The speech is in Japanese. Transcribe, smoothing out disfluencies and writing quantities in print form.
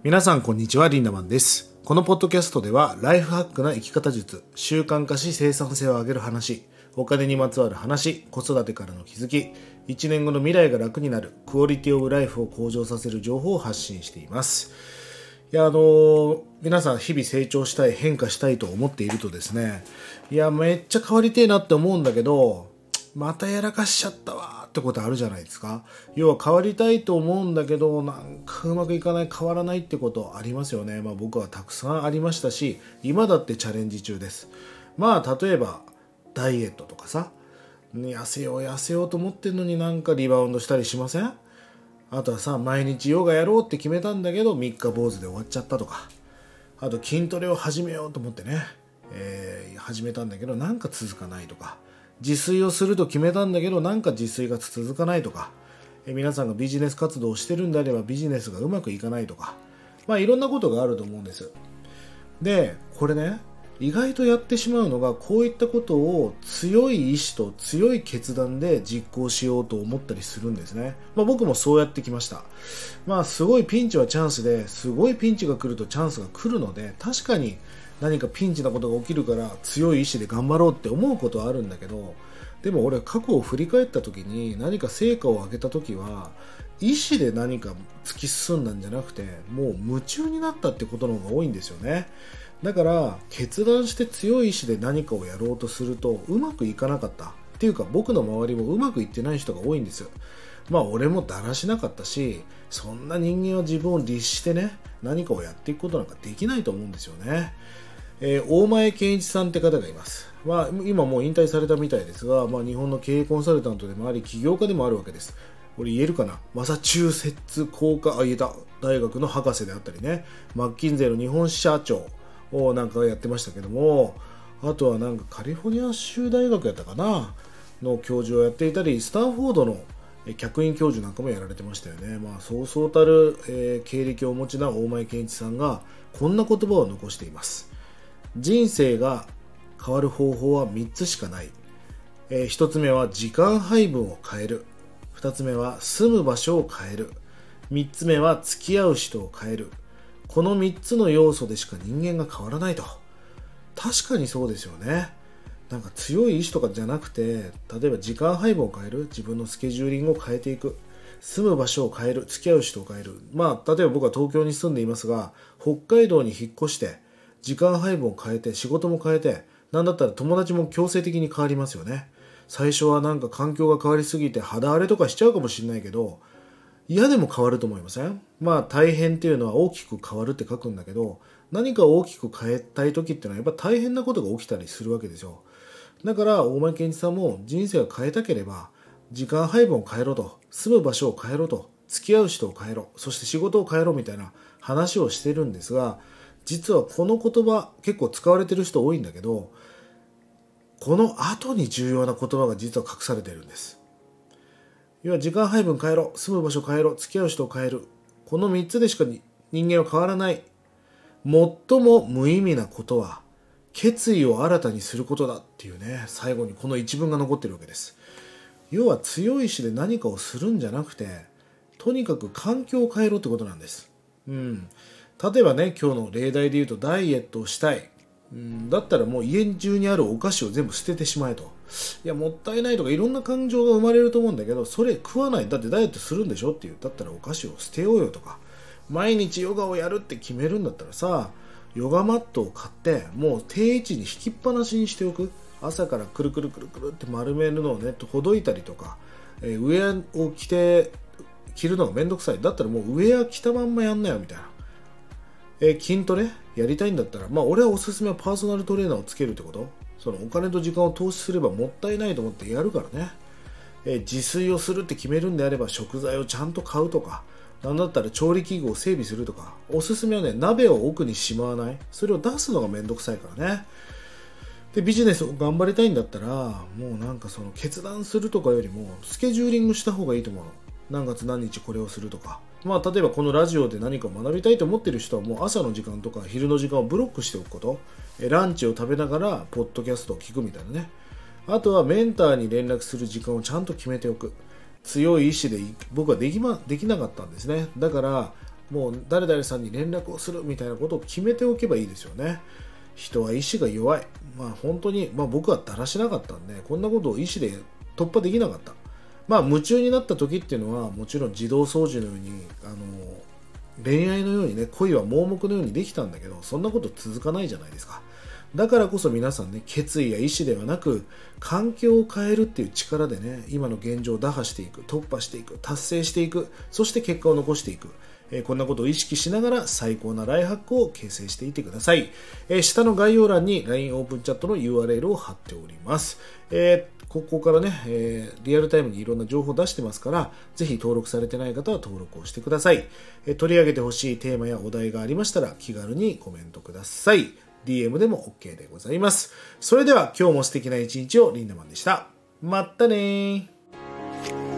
皆さんこんにちは、リンダマンです。このポッドキャストではライフハックな生き方術、習慣化し生産性を上げる話、お金にまつわる話、子育てからの気づき、1年後の未来が楽になるクオリティオブライフを向上させる情報を発信しています。皆さん日々成長したい、変化したいと思っているとですね、めっちゃ変わりてえなって思うんだけど、またやらかしちゃったわってことあるじゃないですか。要は変わりたいと思うんだけど、なんかうまくいかない、変わらないってことありますよね。僕はたくさんありましたし、今だってチャレンジ中です。例えばダイエットとかさ、痩せようと思ってるのになんかリバウンドしたりしません？あとはさ、毎日ヨガやろうって決めたんだけど3日坊主で終わっちゃったとか、あと筋トレを始めようと思ってね、始めたんだけどなんか続かないとか、自炊をすると決めたんだけどなんか自炊が続かないとか、皆さんがビジネス活動をしてるんであればビジネスがうまくいかないとか、いろんなことがあると思うんです。で、これね、意外とやってしまうのが、こういったことを強い意志と強い決断で実行しようと思ったりするんですね。僕もそうやってきました。すごいピンチはチャンスで、すごいピンチが来るとチャンスが来るので、確かに何かピンチなことが起きるから強い意志で頑張ろうって思うことはあるんだけど、でも俺は過去を振り返った時に何か成果を上げた時は意志で何か突き進んだんじゃなくて、もう夢中になったってことの方が多いんですよね。だから決断して強い意志で何かをやろうとするとうまくいかなかったっていうか、僕の周りもうまくいってない人が多いんです。俺もだらしなかったし、そんな人間は自分を律してね、何かをやっていくことなんかできないと思うんですよね。大前健一さんって方がいます。今もう引退されたみたいですが、日本の経営コンサルタントでもあり起業家でもあるわけです。これ言えるかな、マサチューセッツ工科大学の博士であったりね、マッキンゼーの日本支社長をなんかやってましたけども、あとはなんかカリフォルニア州大学やったかなの教授をやっていたり、スタンフォードの客員教授なんかもやられてましたよね。そうそうたる、経歴をお持ちな大前健一さんがこんな言葉を残しています。人生が変わる方法は3つしかない。1つ目は時間配分を変える。2つ目は住む場所を変える。3つ目は付き合う人を変える。この3つの要素でしか人間が変わらないと。確かにそうですよね。なんか強い意志とかじゃなくて、例えば時間配分を変える、自分のスケジューリングを変えていく、住む場所を変える、付き合う人を変える。例えば僕は東京に住んでいますが、北海道に引っ越して時間配分を変えて、仕事も変えて、なんだったら友達も強制的に変わりますよね。最初はなんか環境が変わりすぎて肌荒れとかしちゃうかもしれないけど、嫌でも変わると思いません？大変っていうのは大きく変わるって書くんだけど、何か大きく変えたい時っていうのはやっぱ大変なことが起きたりするわけですよ。だから大前健一さんも人生を変えたければ時間配分を変えろと、住む場所を変えろと、付き合う人を変えろ、そして仕事を変えろみたいな話をしてるんですが、実はこの言葉結構使われてる人多いんだけど、この後に重要な言葉が実は隠されているんです。要は時間配分変えろ、住む場所変えろ、付き合う人を変える、この3つでしか人間は変わらない。最も無意味なことは決意を新たにすることだっていうね、最後にこの一文が残ってるわけです。要は強い意志で何かをするんじゃなくて、とにかく環境を変えろってことなんです。例えばね、今日の例題で言うとダイエットをしたい。だったらもう家中にあるお菓子を全部捨ててしまえと。もったいないとかいろんな感情が生まれると思うんだけど、それ食わない。だってダイエットするんでしょっていう。だったらお菓子を捨てようよとか。毎日ヨガをやるって決めるんだったらさ、ヨガマットを買ってもう定位置に引きっぱなしにしておく。朝からくるくるくるくるって丸めるのをね、ほどいたりとか、ウェアを着るのがめんどくさい。だったらもうウェア着たまんまやんなよみたいな。筋トレやりたいんだったら、俺はおすすめはパーソナルトレーナーをつけるってこと。そのお金と時間を投資すればもったいないと思ってやるからね。自炊をするって決めるんであれば食材をちゃんと買うとか、なんだったら調理器具を整備するとか。おすすめはね、鍋を奥にしまわない。それを出すのがめんどくさいからね。で、ビジネスを頑張りたいんだったら、もうなんかその決断するとかよりもスケジューリングした方がいいと思うの。何月何日これをするとか。例えばこのラジオで何かを学びたいと思っている人はもう朝の時間とか昼の時間をブロックしておくこと。ランチを食べながらポッドキャストを聞くみたいなね。あとはメンターに連絡する時間をちゃんと決めておく。強い意志で僕はできなかったんですね。だからもう誰々さんに連絡をするみたいなことを決めておけばいいですよね。人は意志が弱い。本当に、僕はだらしなかったんで、こんなことを意志で突破できなかった。夢中になった時っていうのは、もちろん自動掃除のように、恋愛のようにね、恋は盲目のようにできたんだけど、そんなこと続かないじゃないですか。だからこそ皆さんね、決意や意志ではなく、環境を変えるっていう力でね、今の現状を打破していく、突破していく、達成していく、そして結果を残していく。こんなことを意識しながら最高なライフハックを形成していってください。下の概要欄に LINE オープンチャットの URL を貼っております。ここからね、リアルタイムにいろんな情報を出してますから、ぜひ登録されてない方は登録をしてください。取り上げてほしいテーマやお題がありましたら気軽にコメントください。DM でも OK でございます。それでは今日も素敵な一日をリンダマンでした。まったねー。